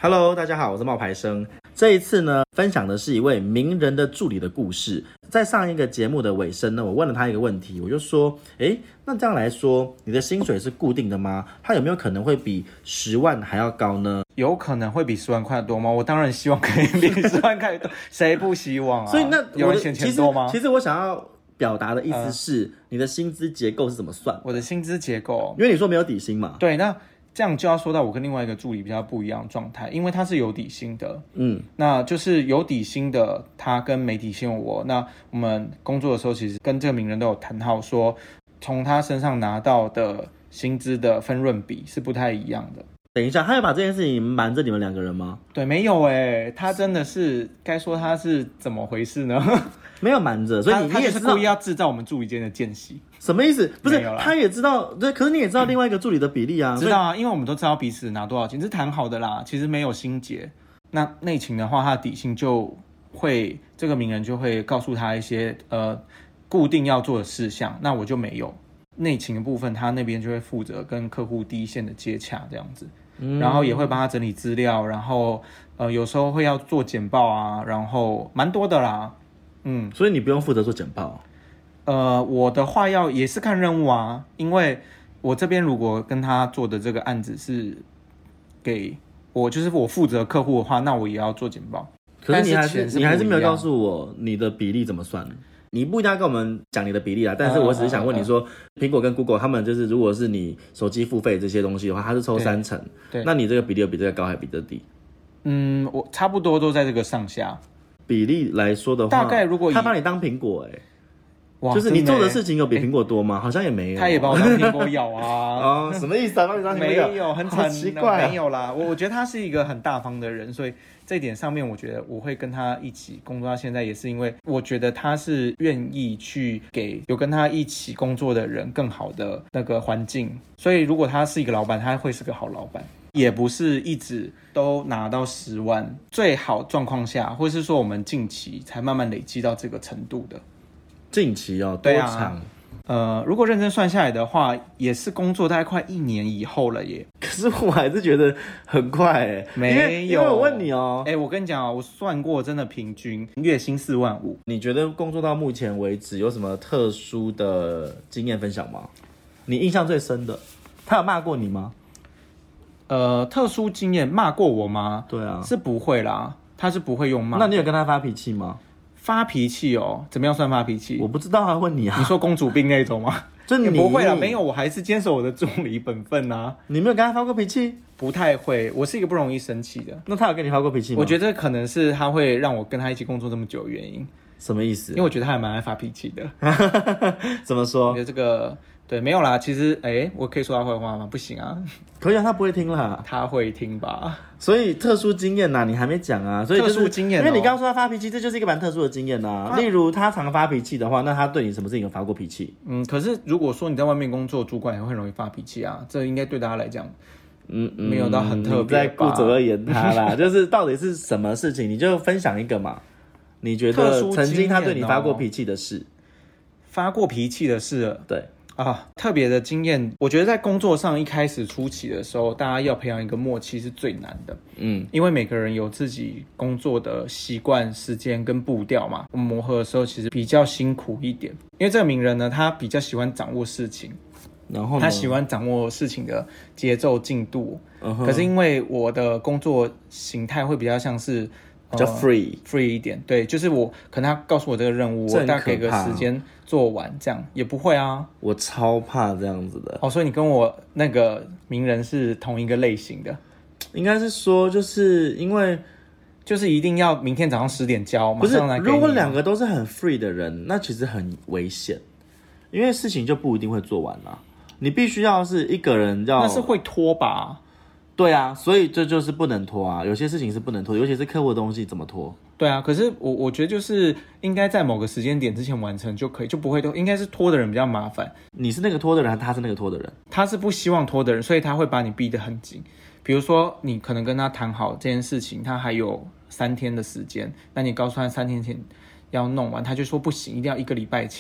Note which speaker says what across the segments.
Speaker 1: Hello， 大家好，我是冒牌生。这一次呢，分享的是一位名人的助理的故事。在上一个节目的尾声呢，我问了他一个问题，我就说，那这样来说，你的薪水是固定的吗？它有没有可能会比10万还要高呢？
Speaker 2: 有可能会比10万块多吗？我当然希望可以比10万块多，谁不希望啊？
Speaker 1: 所以那
Speaker 2: 有人嫌钱多吗？
Speaker 1: 其实我想要表达的意思是，你的薪资结构是怎么算？
Speaker 2: 我的薪资结构，
Speaker 1: 因为你说没有底薪嘛。
Speaker 2: 对，那这样就要说到我跟另外一个助理比较不一样的状态，因为他是有底薪的，那就是有底薪的他跟没底薪的我，那我们工作的时候其实跟这个名人都有谈好说，从他身上拿到的薪资的分润比是不太一样的。
Speaker 1: 等一下，他有把这件事情瞒着你们两个人吗？
Speaker 2: 对，没有他真的是该说他是怎么回事呢？
Speaker 1: 没有瞒着，所以你也
Speaker 2: 是故意要制造我们助理间的间隙。
Speaker 1: 什么意思？不是，他也知道，对，可是你也知道另外一个助理的比例啊。
Speaker 2: 知道啊，因为我们都知道彼此拿多少钱，是谈好的啦。其实没有心结。那内勤的话，他的底薪就会，这个名人就会告诉他一些固定要做的事项，那我就没有。内勤的部分，他那边就会负责跟客户第一线的接洽这样子。然后也会帮他整理资料，然后有时候会要做简报啊，然后蛮多的啦。
Speaker 1: 所以你不用负责做简报。
Speaker 2: 我的话也是看任务啊，因为我这边如果跟他做的这个案子是给我，就是我负责客户的话，那我也要做简报。
Speaker 1: 可是你还是没有告诉我你的比例怎么算。你不一定要跟我们讲你的比例啦，但是我只是想问你说，苹果跟 Google 他们就是如果是你手机付费这些东西的话，它是抽30%，那你这个比例有比这个高还比这个低？
Speaker 2: 我差不多都在这个上下。
Speaker 1: 比例来说的话，
Speaker 2: 大概如果
Speaker 1: 他把你当苹果就是你做的事情有比苹果多吗？好像也没有。
Speaker 2: 他也把我当苹果咬啊。
Speaker 1: 什么意思啊？把你当苹果咬？
Speaker 2: 没有，很
Speaker 1: 奇怪
Speaker 2: 没有啦。我觉得他是一个很大方的人，所以这一点上面，我觉得我会跟他一起工作到现在，也是因为我觉得他是愿意去给有跟他一起工作的人更好的那个环境。所以如果他是一个老板，他会是个好老板。也不是一直都拿到10万，最好状况下，或是说我们近期才慢慢累积到这个程度的。
Speaker 1: 近期多长？
Speaker 2: 如果认真算下来的话，也是工作大概快1年以后了耶。
Speaker 1: 可是我还是觉得很快
Speaker 2: 没有。
Speaker 1: 因为我问你
Speaker 2: 我跟你讲我算过，真的平均月薪4万5。
Speaker 1: 你觉得工作到目前为止有什么特殊的经验分享吗？你印象最深的，他有骂过你吗？
Speaker 2: 特殊经验骂过我吗？
Speaker 1: 对啊，
Speaker 2: 是不会啦，他是不会用骂。
Speaker 1: 那你有跟他发脾气吗？
Speaker 2: 发脾气怎么样算发脾气？
Speaker 1: 我不知道，还问你啊。
Speaker 2: 你说公主病那种吗？
Speaker 1: 就你
Speaker 2: 不会啦，没有，我还是坚守我的助理本分啊。
Speaker 1: 你没有跟他发过脾气？
Speaker 2: 不太会，我是一个不容易生气的。
Speaker 1: 那他有跟你发过脾气吗？
Speaker 2: 我觉得可能是他会让我跟他一起工作这么久的原因。
Speaker 1: 什么意思？
Speaker 2: 因为我觉得他还蛮爱发脾气的。
Speaker 1: 怎么说？
Speaker 2: 我觉得这个对没有啦，其实我可以说他坏话吗？不行啊。
Speaker 1: 可以啊，他不会听啦。
Speaker 2: 他会听吧。
Speaker 1: 所以特殊经验你还没讲啊。所以、就是、
Speaker 2: 特殊经验因
Speaker 1: 为你刚刚说他发脾气，这就是一个蛮特殊的经验例如他常发脾气的话，那他对你什么事情有发过脾气？
Speaker 2: 可是如果说你在外面工作，主管也会很容易发脾气啊，这应该对大家来讲没有到很特别吧。
Speaker 1: 你在顾左而言他啦。就是到底是什么事情，你就分享一个嘛。你觉得曾经他对你发过脾气的事？
Speaker 2: 发过脾气的事？
Speaker 1: 对
Speaker 2: 特别的经验，我觉得在工作上一开始初期的时候，大家要培养一个默契是最难的。因为每个人有自己工作的习惯、时间跟步调嘛，我们磨合的时候其实比较辛苦一点。因为这个名人呢，他比较喜欢掌握事情，
Speaker 1: 然后
Speaker 2: 他喜欢掌握事情的节奏进度。可是因为我的工作形态会比较像是
Speaker 1: 比较 free
Speaker 2: 一点，对，就是我可能他告诉我这个任务，我大概给个时间做完，这样也不会啊。
Speaker 1: 我超怕这样子的。
Speaker 2: 所以你跟我那个名人是同一个类型的。
Speaker 1: 应该是说，就是因为
Speaker 2: 就是一定要明天早上10点交，
Speaker 1: 不是？
Speaker 2: 马上来给你。
Speaker 1: 如果两个都是很 free 的人，那其实很危险，因为事情就不一定会做完啦。你必须要是一个人要，
Speaker 2: 那是会拖吧？
Speaker 1: 对啊，所以这就是不能拖啊。有些事情是不能拖，尤其是客户的东西怎么拖？
Speaker 2: 对啊，可是我觉得就是应该在某个时间点之前完成就可以，就不会拖。应该是拖的人比较麻烦。
Speaker 1: 你是那个拖的人，还是他是那个拖的人？
Speaker 2: 他是不希望拖的人，所以他会把你逼得很紧。比如说，你可能跟他谈好这件事情，他还有3天的时间，那你告诉他3天前要弄完，他就说不行，一定要1个礼拜前。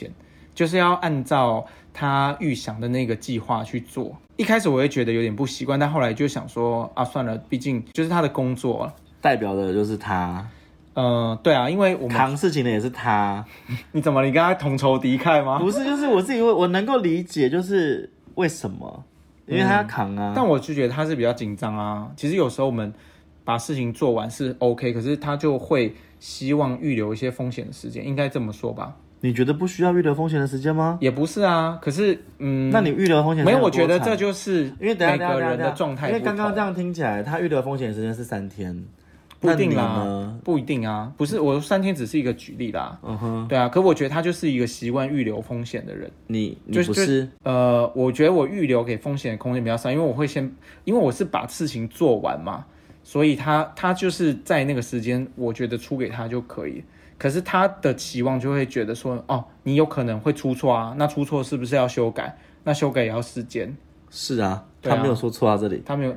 Speaker 2: 就是要按照他预想的那个计划去做。一开始我会觉得有点不习惯，但后来就想说啊，算了，毕竟就是他的工作
Speaker 1: 代表的就是他。
Speaker 2: 对啊，因为我们
Speaker 1: 扛事情的也是他。
Speaker 2: 你怎么你跟他同仇敌忾吗？
Speaker 1: 不是，就是我自己我能够理解，就是为什么，因为他要扛啊。
Speaker 2: 但我就觉得他是比较紧张啊。其实有时候我们把事情做完是 OK， 可是他就会希望预留一些风险的时间，应该这么说吧？
Speaker 1: 你觉得不需要预留风险的时间吗？
Speaker 2: 也不是啊，可是
Speaker 1: 那你预留风险
Speaker 2: 没有？我觉得这就是
Speaker 1: 因为
Speaker 2: 每个人的状态不同。
Speaker 1: 因为刚刚这样听起来，他预留风险的时间是3天。
Speaker 2: 不一定啦，不一定啊，不是我3天只是一个举例啦。对啊，可我觉得他就是一个习惯预留风险的人。
Speaker 1: 你不是？
Speaker 2: 我觉得我预留给风险的空间比较少，因为我是把事情做完嘛，所以他就是在那个时间，我觉得出给他就可以。可是他的期望就会觉得说，哦，你有可能会出错啊，那出错是不是要修改？那修改也要时间。
Speaker 1: 是啊，他没有说错啊，这里
Speaker 2: 他没有。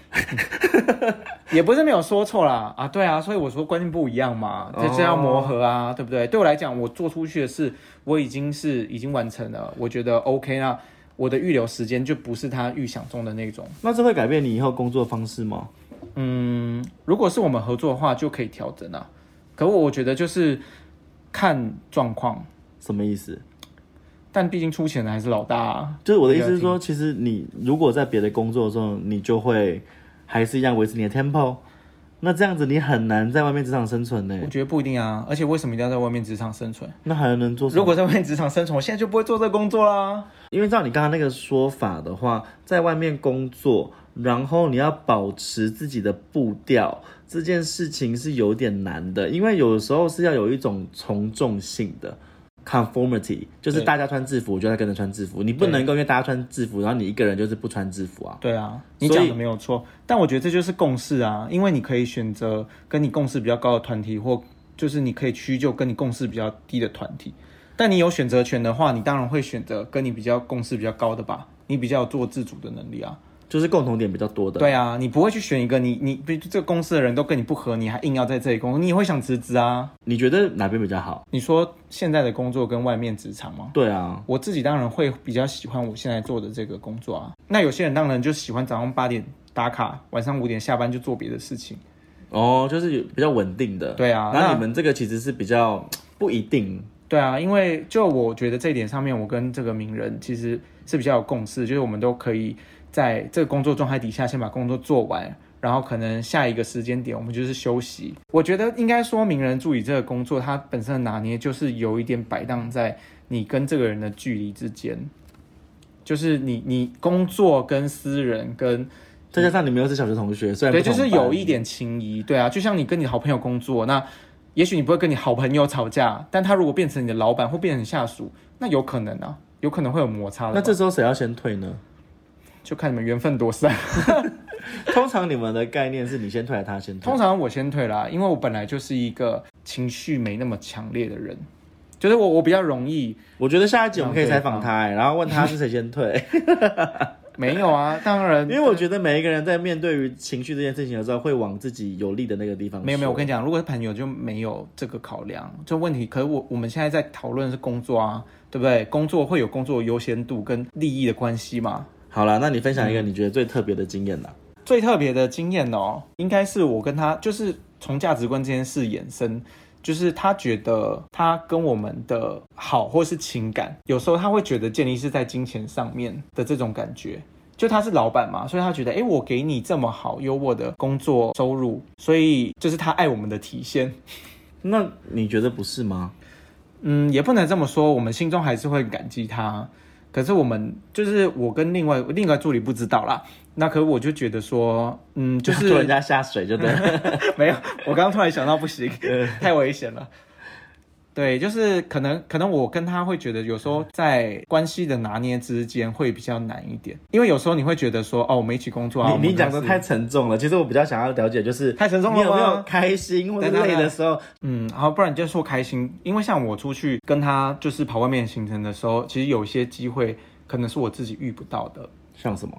Speaker 2: 也不是没有说错啦啊，对啊，所以我说观念不一样嘛，这要磨合啊，对不对？对我来讲，我做出去的事，我已经完成了，我觉得 OK， 那我的预留时间就不是他预想中的那种。
Speaker 1: 那这会改变你以后工作方式吗？
Speaker 2: 如果是我们合作的话，就可以调整啊。可我觉得就是看状况。
Speaker 1: 什么意思？
Speaker 2: 但毕竟出钱的还是老大啊。
Speaker 1: 就是我的意思是说，其实你如果在别的工作的时候，你就会还是一样维持你的 tempo， 那这样子你很难在外面职场生存呢。
Speaker 2: 我觉得不一定啊，而且为什么一定要在外面职场生存？
Speaker 1: 那还能做什么？
Speaker 2: 如果在外面职场生存，我现在就不会做这个工作啦。
Speaker 1: 因为照你刚刚那个说法的话，在外面工作，然后你要保持自己的步调，这件事情是有点难的，因为有时候是要有一种从众性的。conformity 就是大家穿制服，我就要跟着穿制服。你不能够因为大家穿制服，然后你一个人就是不穿制服啊。
Speaker 2: 对啊，你讲的没有错，但我觉得这就是共识啊，因为你可以选择跟你共识比较高的团体，或就是你可以屈就跟你共识比较低的团体。但你有选择权的话，你当然会选择跟你比较共识比较高的吧，你比较有做自主的能力啊。
Speaker 1: 就是共同点比较多的。
Speaker 2: 对啊，你不会去选一个你这个公司的人都跟你不合，你还硬要在这里工作，你也会想辞职啊。
Speaker 1: 你觉得哪边比较好？
Speaker 2: 你说现在的工作跟外面职场吗？
Speaker 1: 对啊，我
Speaker 2: 自己当然会比较喜欢我现在做的这个工作啊。那有些人当然就喜欢早上8点打卡，晚上5点下班就做别的事情。
Speaker 1: 哦，就是比较稳定的。
Speaker 2: 对啊，
Speaker 1: 那你们这个其实是比较不一定。
Speaker 2: 对啊，因为就我觉得这一点上面，我跟这个名人其实是比较有共识，就是我们都可以在这个工作状态底下先把工作做完，然后可能下一个时间点我们就是休息。我觉得应该说名人助理这个工作，它本身的拿捏就是有一点摆荡在你跟这个人的距离之间，就是你工作跟私人跟
Speaker 1: 再加上你们又是小学同学，虽然
Speaker 2: 对，就是有一点情谊。对啊，就像你跟你的好朋友工作，那也许你不会跟你好朋友吵架，但他如果变成你的老板或变成下属，那有可能啊，有可能会有摩擦的。
Speaker 1: 那这时候谁要先退呢？
Speaker 2: 就看你们缘分多散。
Speaker 1: 通常你们的概念是你先退还是他先退？
Speaker 2: 通常我先退啦，因为我本来就是一个情绪没那么强烈的人，就是我比较容易。
Speaker 1: 我觉得下一集我们可以采访他，然后问他是谁先退。
Speaker 2: 没有啊，当然，
Speaker 1: 因为我觉得每一个人在面对于情绪这件事情的时候，会往自己有利的那个地方说。
Speaker 2: 没有，我跟你讲，如果是朋友就没有这个考量，这问题。可是我们现在在讨论的是工作啊，对不对？工作会有工作的优先度跟利益的关系嘛。
Speaker 1: 好啦，那你分享一个你觉得最特别的经验啦。
Speaker 2: 最特别的经验哦，应该是我跟他就是从价值观这件事衍生。就是他觉得他跟我们的好或是情感，有时候他会觉得建立是在金钱上面的这种感觉。就他是老板嘛，所以他觉得我给你这么好优渥的工作收入，所以就是他爱我们的体现。
Speaker 1: 那你觉得不是吗？
Speaker 2: 也不能这么说，我们心中还是会感激他。可是我们就是我跟另外一个助理不知道啦，那可是我就觉得说，就是
Speaker 1: 拖人家下水就对了。
Speaker 2: 没有，我刚刚突然想到不行，太危险了。对，就是可能我跟他会觉得有时候在关系的拿捏之间会比较难一点，因为有时候你会觉得说，我们一起工作啊，
Speaker 1: 你讲的太沉重了。其实我比较想要了解，就是
Speaker 2: 太沉重了吗？
Speaker 1: 你有没有开心或者累的时候？
Speaker 2: 好，不然你就说开心。因为像我出去跟他就是跑外面行程的时候，其实有一些机会可能是我自己遇不到的。
Speaker 1: 像什么？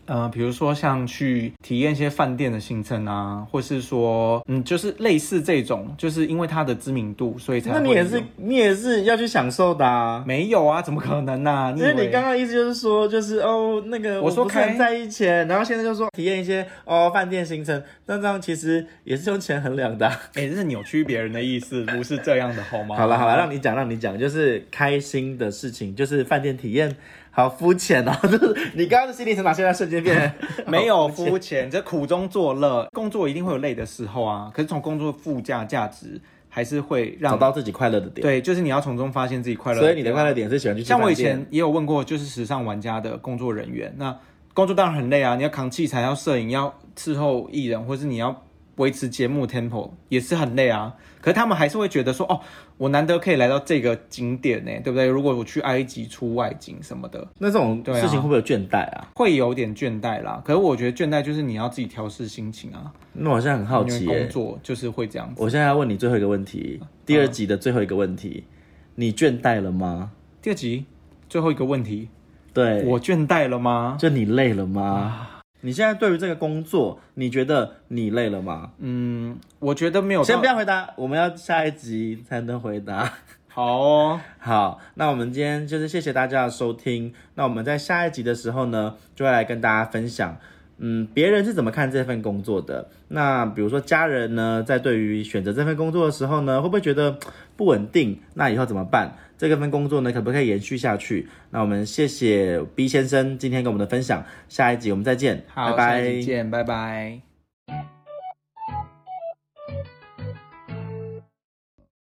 Speaker 2: 比如说像去体验一些饭店的行程啊，或是说就是类似这种，就是因为它的知名度，所以才会。
Speaker 1: 那你也是要去享受的啊？
Speaker 2: 没有啊，怎么可能啊？
Speaker 1: 因为你刚刚意思就是说，就是那个
Speaker 2: 我说
Speaker 1: 不是很在意钱，然后现在就说体验一些饭店行程，那这样其实也是用钱衡量的。
Speaker 2: 这是扭曲别人的意思，不是这样的好吗？
Speaker 1: 好了，让你讲，就是开心的事情，就是饭店体验。好肤浅哦，就是你刚刚的心理成长，现在瞬间变
Speaker 2: 没有肤浅，这苦中作乐。工作一定会有累的时候啊，可是从工作附加价值还是会让
Speaker 1: 找到自己快乐的点。
Speaker 2: 对，就是你要从中发现自己快乐的点。
Speaker 1: 所以你的快乐点是喜欢去吃饭店。
Speaker 2: 像我以前也有问过，就是时尚玩家的工作人员，那工作当然很累啊，你要扛器材，要摄影，要伺候艺人，或是你要维持节目 tempo 也是很累啊。可是他们还是会觉得说，我难得可以来到这个景点呢，对不对？如果我去埃及出外景什么的，
Speaker 1: 那这种事情会不会有倦怠啊？
Speaker 2: 会有点倦怠啦。可是我觉得倦怠就是你要自己调试心情啊。
Speaker 1: 那我现在很好奇，
Speaker 2: 工作就是会这样子。
Speaker 1: 我现在要问你最后一个问题，第二集的最后一个问题，你倦怠了吗？
Speaker 2: 第二集最后一个问题，
Speaker 1: 对，
Speaker 2: 我倦怠了吗？
Speaker 1: 就你累了吗？你现在对于这个工作，你觉得你累了吗？
Speaker 2: 我觉得没有。
Speaker 1: 先不要回答，我们要下一集才能回答。
Speaker 2: 好哦，
Speaker 1: 好，那我们今天就是谢谢大家的收听。那我们在下一集的时候呢，就会来跟大家分享，别人是怎么看这份工作的。那比如说家人呢，在对于选择这份工作的时候呢，会不会觉得不稳定？那以后怎么办？这份工作呢，可不可以延续下去？那我们谢谢 B 先生今天跟我们的分享，下一集我们再见，
Speaker 2: 好，
Speaker 1: 拜拜。
Speaker 2: 下一集见，拜拜。